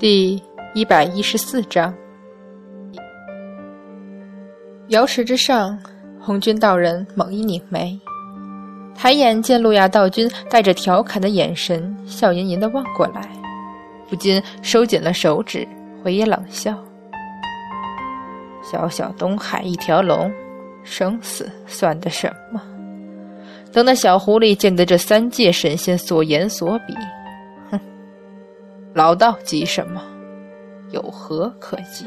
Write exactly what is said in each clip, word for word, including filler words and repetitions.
第一百一十四章。瑶池之上，红军道人猛一拧眉，抬眼见路亚道君带着调侃的眼神笑吟吟地望过来，不禁收紧了手指，回也冷笑。小小东海一条龙，生死算得什么？等那小狐狸见得这三界神仙所言所比，哼，老道急什么？有何可急？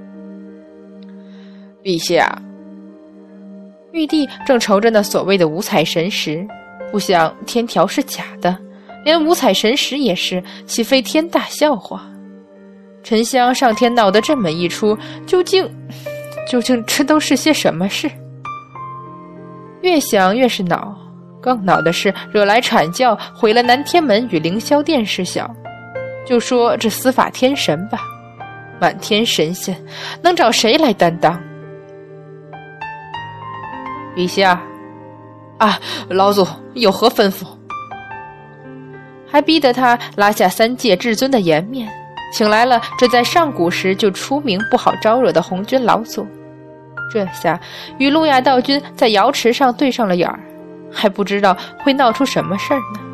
陛下，玉帝正愁着那所谓的五彩神石，不想天条是假的，连五彩神石也是，岂非天大笑话？沉香上天闹得这么一出，究竟究竟这都是些什么事？越想越是恼，更恼的是惹来阐教，毁了南天门与凌霄殿事小。就说这司法天神吧，满天神仙，能找谁来担当？陛下，啊，老祖有何吩咐？还逼得他拉下三界至尊的颜面，请来了这在上古时就出名不好招惹的红军老祖。这下与路亚道君在瑶池上对上了眼儿，还不知道会闹出什么事儿呢。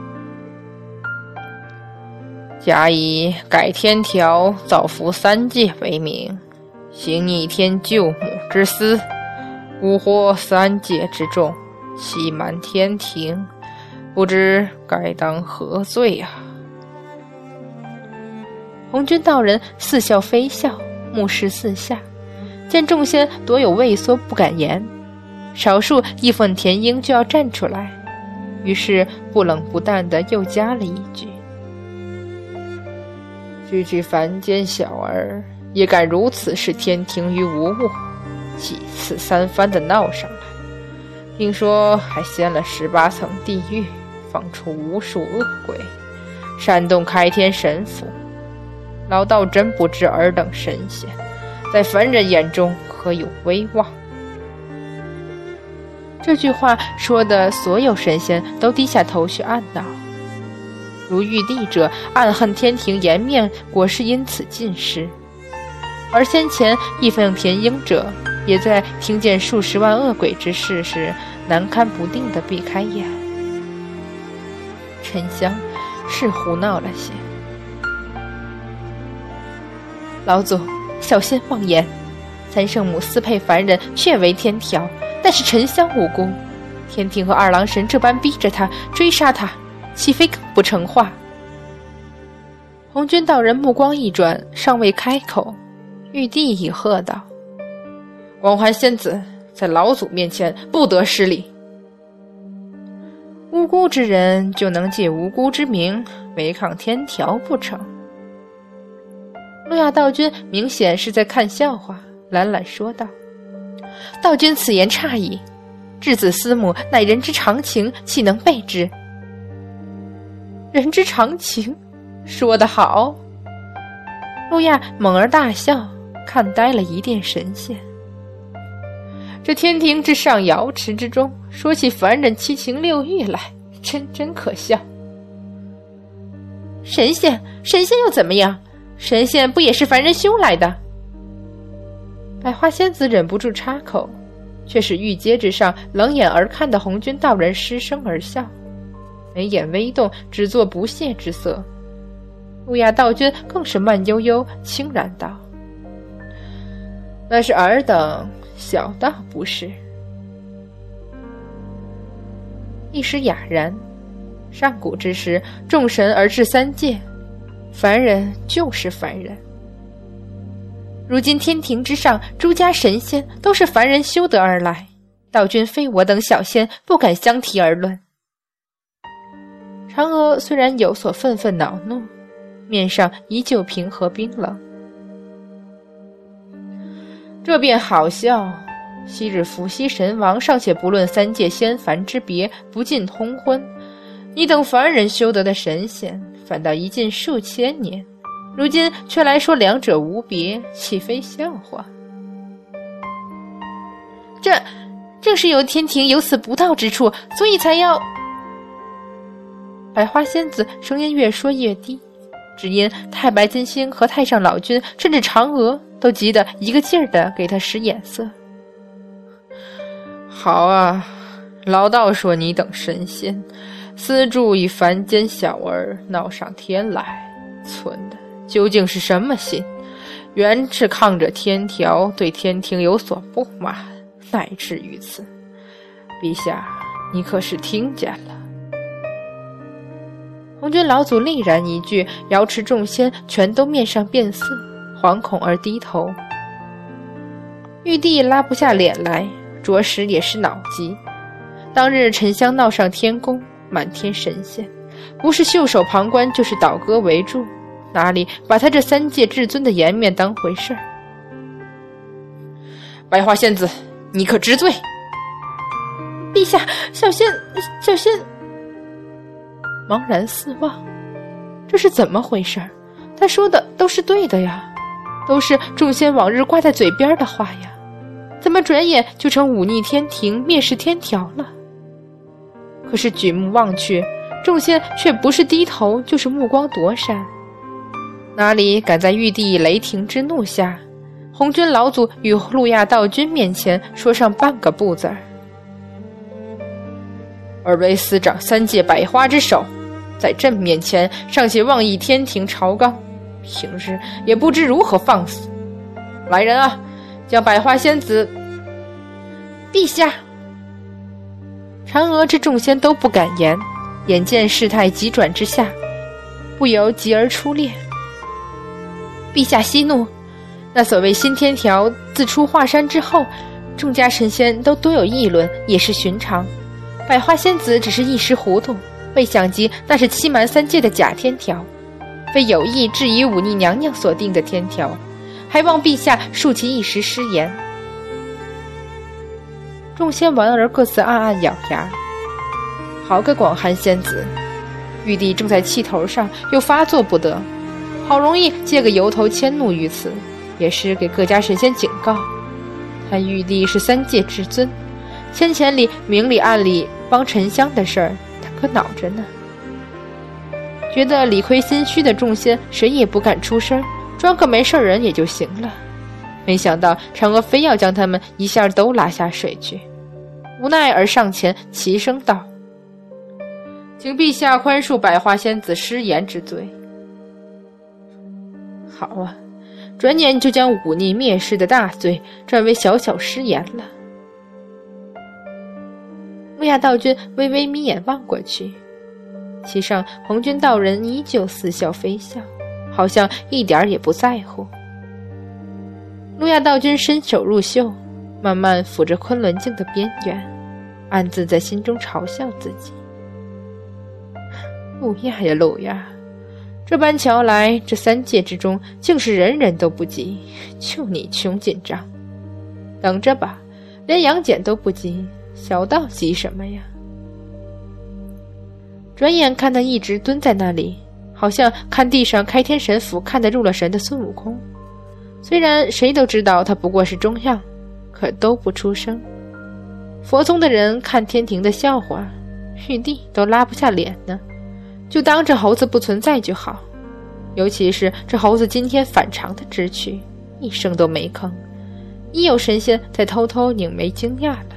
假以改天条造福三界为名，行逆天救母之私，蛊惑三界之众，欺瞒天庭，不知该当何罪啊？红军道人似笑非笑，目视四下，见众仙多有畏缩不敢言，少数义愤填膺就要站出来，于是不冷不淡地又加了一句：区区凡间小儿，也敢如此视天庭于无物，几次三番的闹上来，听说还掀了十八层地狱，放出无数恶鬼，煽动开天神符。老道真不知尔等神仙在凡人眼中可有威望。这句话说的所有神仙都低下头去暗恼，如玉帝者暗恨天庭颜面，果是因此尽失；而先前义愤填膺者也在听见数十万恶鬼之事时难堪不定地避开眼。沉香是胡闹了些。老祖，小仙妄言，三圣母私配凡人确为天条，但是沉香无辜，天庭和二郎神这般逼着他追杀他，岂非更不成话？红军道人目光一转，尚未开口，玉帝已喝道：光环仙子，在老祖面前不得失礼。无辜之人就能借无辜之名违抗天条不成？路亚道君明显是在看笑话，懒懒说道：道君此言差矣，质子思母乃人之常情，岂能背之？人之常情，说得好！路亚猛而大笑，看呆了一殿神仙。这天庭之上，瑶池之中，说起凡人七情六欲来，真真可笑。神仙，神仙又怎么样？神仙不也是凡人修来的？百花仙子忍不住插口，却使玉阶之上冷眼而看的红军道人失声而笑，眉眼微动，只做不屑之色。路亚道君更是慢悠悠轻然道：那是尔等，小道不是。一时哑然。上古之时，众神而治三界，凡人就是凡人。如今天庭之上，诸家神仙都是凡人修得而来，道君非我等小仙不敢相提而论。嫦娥虽然有所愤愤恼怒，面上依旧平和冰冷。这便好笑，昔日伏羲神王尚且不论三界仙凡之别，不尽通婚，你等凡人修得的神仙反倒一尽数千年，如今却来说两者无别，岂非笑话？这正是由天庭有此不道之处，所以才要……百花仙子声音越说越低， 只因太白金星和太上老君甚至嫦娥都急得一个劲儿地给他使眼色。好啊，老道说你等神仙，私助一凡间小儿，闹上天来，存的究竟是什么心？原是抗着天条，对天庭有所不满，乃至于此。陛下，你可是听见了？红军老祖厉然一句，瑶池众仙全都面上变色，惶恐而低头。玉帝拉不下脸来，着实也是恼急。当日沉香闹上天宫，满天神仙，不是袖手旁观，就是倒戈为助，哪里把他这三界至尊的颜面当回事儿？白花仙子，你可知罪？ 陛下，小仙小仙茫然四望，这是怎么回事？他说的都是对的呀，都是众仙往日挂在嘴边的话呀，怎么转眼就成忤逆天庭，蔑视天条了？可是举目望去，众仙却不是低头，就是目光躲闪，哪里敢在玉帝雷霆之怒下，红军老祖与路亚道君面前说上半个不字儿？二位司掌三界百花之首，在朕面前尚且妄议天庭朝纲，平日也不知如何放肆。来人啊，将百花仙子！ 陛下！ 嫦娥这众仙都不敢言，眼见事态急转之下，不由急而出列。陛下息怒，那所谓新天条自出华山之后，众家神仙都多有议论，也是寻常。百花仙子只是一时糊涂，未想及那是欺瞒三界的假天条，非有意质疑忤逆娘娘所定的天条，还望陛下恕其一时失言。众仙闻而各自暗暗咬牙。好个广寒仙子，玉帝正在气头上，又发作不得，好容易借个由头迁怒于此，也是给各家神仙警告。但玉帝是三界至尊，千钱里明里暗里帮沉香的事儿，他可恼着呢。觉得理亏心虚的众仙谁也不敢出声，装个没事人也就行了。没想到嫦娥非要将他们一下都拉下水去，无奈而上前齐声道：请陛下宽恕百花仙子失言之罪。好啊，转眼就将忤逆蔑视的大罪转为小小失言了。路亚道君微微眯眼望过去，其上红军道人依旧似笑非笑，好像一点也不在乎。路亚道君伸手入袖，慢慢抚着昆仑镜的边缘，暗自在心中嘲笑自己。路亚呀路亚，这般瞧来，这三界之中竟是人人都不及，就你穷紧张。等着吧，连杨戬都不及，小道急什么呀？转眼看他一直蹲在那里，好像看地上开天神斧看得入了神的孙悟空。虽然谁都知道他不过是中样，可都不出声。佛宗的人看天庭的笑话，玉帝都拉不下脸呢，就当这猴子不存在就好。尤其是这猴子今天反常的知趣，一声都没吭，已有神仙在偷偷拧眉惊讶了。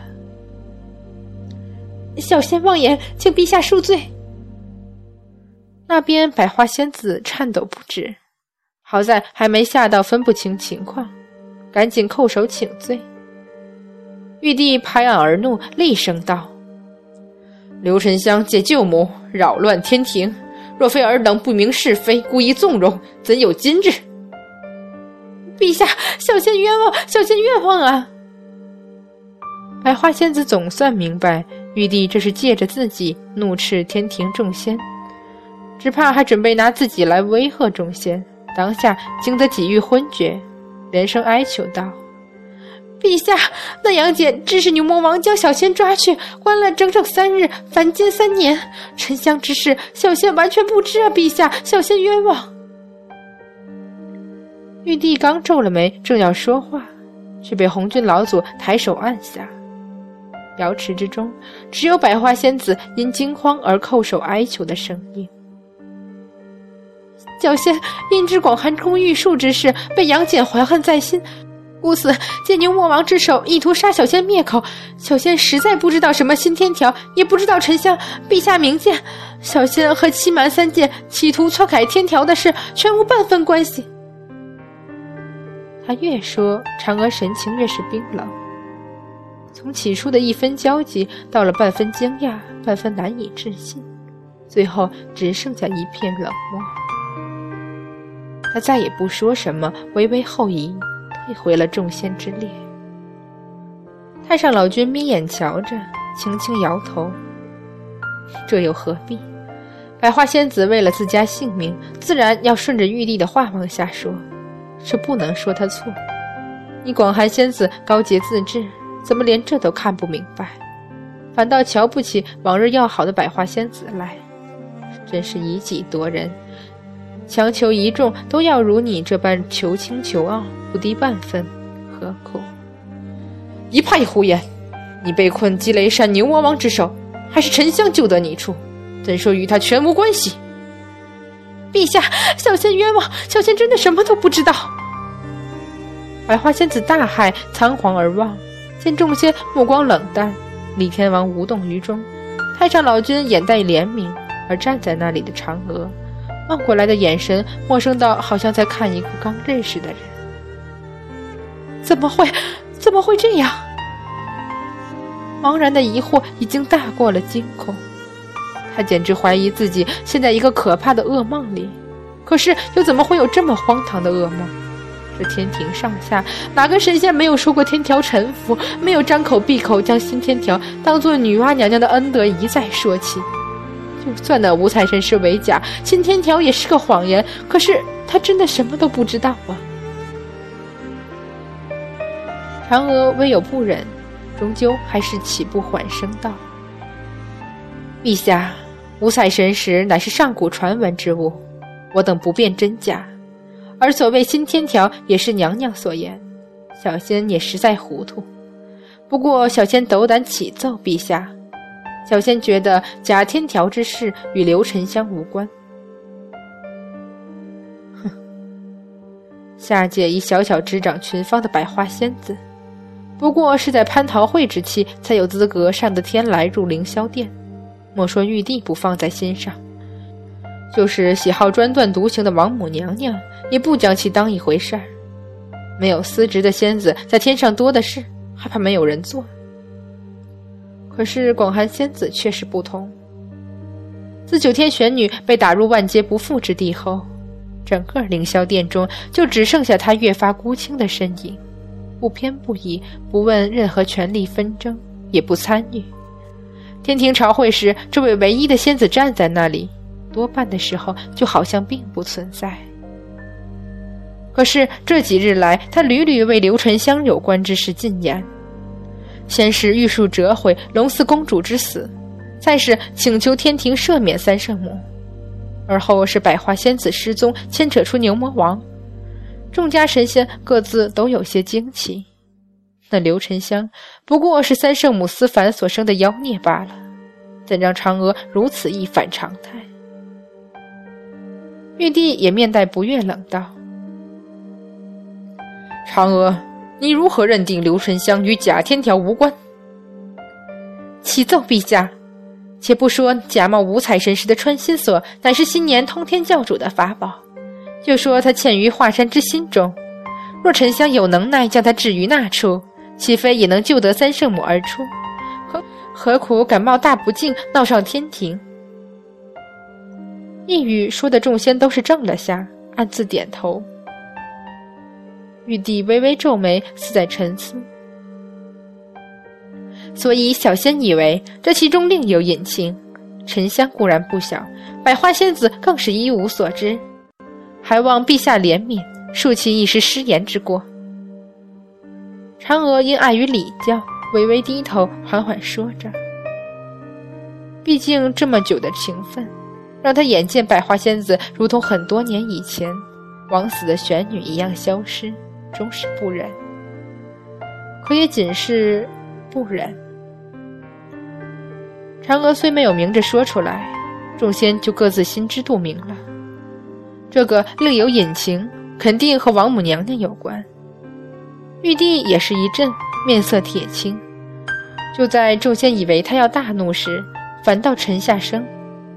小仙妄言，请陛下恕罪。 那边百花仙子颤抖不止，好在还没吓到分不清情况，赶紧叩首请罪。玉帝拍案而怒，厉声道：刘沉香借救母，扰乱天庭，若非尔等不明是非，故意纵容，怎有今日？ 陛下，小仙冤枉，小仙冤枉啊！ 百花仙子总算明白，玉帝这是借着自己怒斥天庭众仙，只怕还准备拿自己来威吓众仙，当下惊得几欲昏厥，连声哀求道： 陛下，那杨戬知是牛魔王将小仙抓去关了整整三日，凡监三年，沉香之事小仙完全不知啊！陛下，小仙冤枉。 玉帝刚皱了眉，正要说话，却被红军老祖抬手按下。瑶池之中，只有百花仙子因惊慌而叩首哀求的声音。 小仙因知广寒宫玉树之事，被杨戬怀恨在心，故此借牛魔王之手，意图杀小仙灭口。小仙实在不知道什么新天条，也不知道沉香陛下明鉴，小仙和欺瞒三界企图篡改天条的事全无半分关系。 他越说，嫦娥神情越是冰冷，从起初的一分焦急，到了半分惊讶，半分难以置信，最后只剩下一片冷漠。他再也不说什么，微微后移，退回了众仙之列。太上老君眯眼瞧着，轻轻摇头，这又何必？百花仙子为了自家性命，自然要顺着玉帝的话往下说，这不能说他错。你广寒仙子高洁自治，怎么连这都看不明白，反倒瞧不起往日要好的百花仙子来，真是以己夺人，强求一众都要如你这般求轻求傲，不低半分，何苦？一派胡言！你被困积雷山牛魔王之手，还是沉香救得你处，怎说与他全无关系？ 陛下，小仙冤枉，小仙真的什么都不知道。 百花仙子大骇，仓皇而望，见众仙目光冷淡，李天王无动于衷，太上老君眼带怜悯，而站在那里的嫦娥望过来的眼神陌生到好像在看一个刚认识的人。 怎么会怎么会这样？ 茫然的疑惑已经大过了惊恐，他简直怀疑自己陷在一个可怕的噩梦里，可是又怎么会有这么荒唐的噩梦？这天庭上下哪个神仙没有受过天条臣服，没有张口闭口将新天条当作女娲娘娘的恩德一再说起？就算那五彩神是伪假，新天条也是个谎言，可是他真的什么都不知道啊！嫦娥唯有不忍，终究还是起步缓声道：陛下，五彩神石乃是上古传闻之物，我等不辨真假，而所谓新天条也是娘娘所言，小仙也实在糊涂。不过小仙斗胆启奏陛下，小仙觉得假天条之事与刘沉香无关。哼，下界以小小执掌群芳的百花仙子，不过是在蟠桃会之期才有资格上得天来入凌霄殿，莫说玉帝不放在心上，就是喜好专断独行的王母娘娘也不将其当一回事儿。没有司职的仙子在天上多的是，还怕没有人做。可是广寒仙子却是不同，自九天玄女被打入万劫不复之地后，整个凌霄殿中就只剩下她越发孤清的身影，不偏不倚，不问任何权力纷争，也不参与。天庭朝会时，这位唯一的仙子站在那里，多半的时候就好像并不存在。可是这几日来，他屡屡为刘沉香有关之事进言，先是玉树折毁龙嗣公主之死，再是请求天庭赦免三圣母，而后是百花仙子失踪，牵扯出牛魔王。众家神仙各自都有些惊奇，那刘沉香不过是三圣母思凡所生的妖孽罢了，怎让嫦娥如此一反常态？玉帝也面带不悦，冷道：嫦娥，你如何认定刘沉香与假天条无关？启奏陛下，且不说假冒五彩神石的穿心锁乃是新年通天教主的法宝，就说他嵌于华山之心中，若沉香有能耐将他置于那处，岂非也能救得三圣母而出？何何苦敢冒大不敬，闹上天庭？一语说的众仙都是怔了下，暗自点头。玉帝微微皱眉，似在沉思。所以小仙以为这其中另有隐情，沉香固然不小，百花仙子更是一无所知，还望陛下怜悯，恕其一时失言之过。嫦娥因碍于礼教，微微低头，缓缓说着。毕竟这么久的情分，让他眼见百花仙子如同很多年以前枉死的玄女一样消失，终是不忍。可也仅是不忍。嫦娥虽没有明着说出来，众仙就各自心知肚明了。 这个另有隐情，肯定和王母娘娘有关。玉帝也是一震，面色铁青。就在众仙以为他要大怒时，反倒沉下声：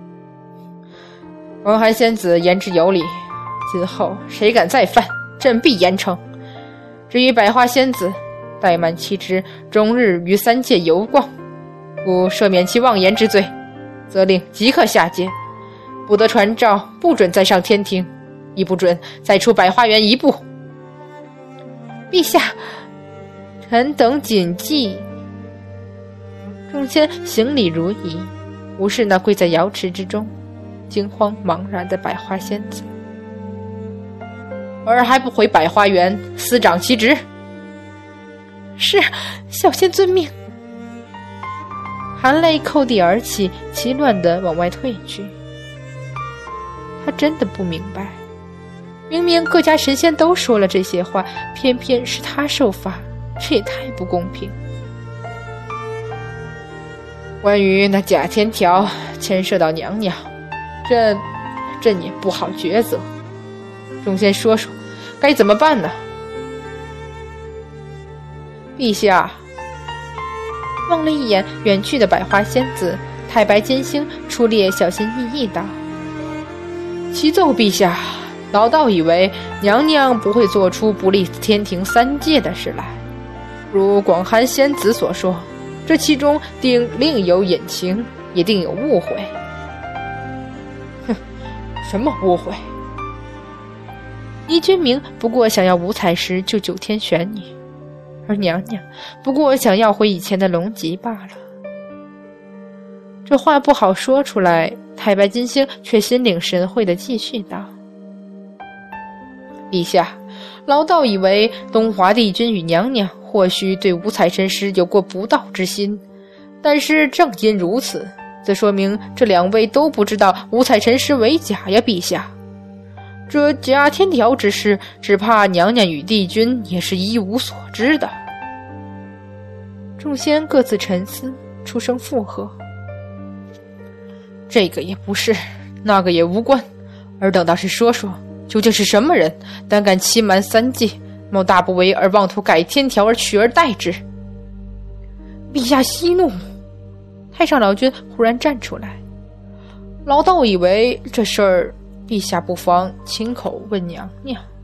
广寒仙子言之有理，今后谁敢再犯，朕必严惩。至于百花仙子，怠慢其职，终日于三界游逛，故赦免其妄言之罪，责令即刻下界，不得传诏，不准再上天庭，亦不准再出百花园一步。 陛下， 臣等谨记。众仙行礼如仪，无视那跪在瑶池之中惊慌茫然的百花仙子。儿还不回百花园司掌其职？ 是，小仙遵命。 含泪扣地而起，奇乱地往外退去。他真的不明白，明明各家神仙都说了这些话，偏偏是他受罚，这也太不公平。关于那假天条牵涉到娘娘，朕朕也不好抉择。众仙说说该怎么办呢？陛下，望了一眼远去的百花仙子，太白金星出列小心翼翼道：启奏陛下，老道以为娘娘不会做出不利天庭三界的事来，如广寒仙子所说，这其中定另有隐情，也定有误会。哼，什么误会？倪君明不过想要五彩石救九天玄女，而娘娘不过想要回以前的龙脊罢了。这话不好说出来，太白金星却心领神会地继续道：陛下，老道以为东华帝君与娘娘或许对五彩神石有过不道之心，但是正因如此，则说明这两位都不知道五彩神石为假呀，陛下。这假天条之事，只怕娘娘与帝君也是一无所知的。众仙各自沉思，出声附和：这个也不是，那个也无关，尔等倒是说说，究竟是什么人胆敢欺瞒三界，冒大不韪而妄图改天条而取而代之？ 陛下息怒！ 太上老君忽然站出来：老道以为这事儿，陛下不妨亲口问娘娘。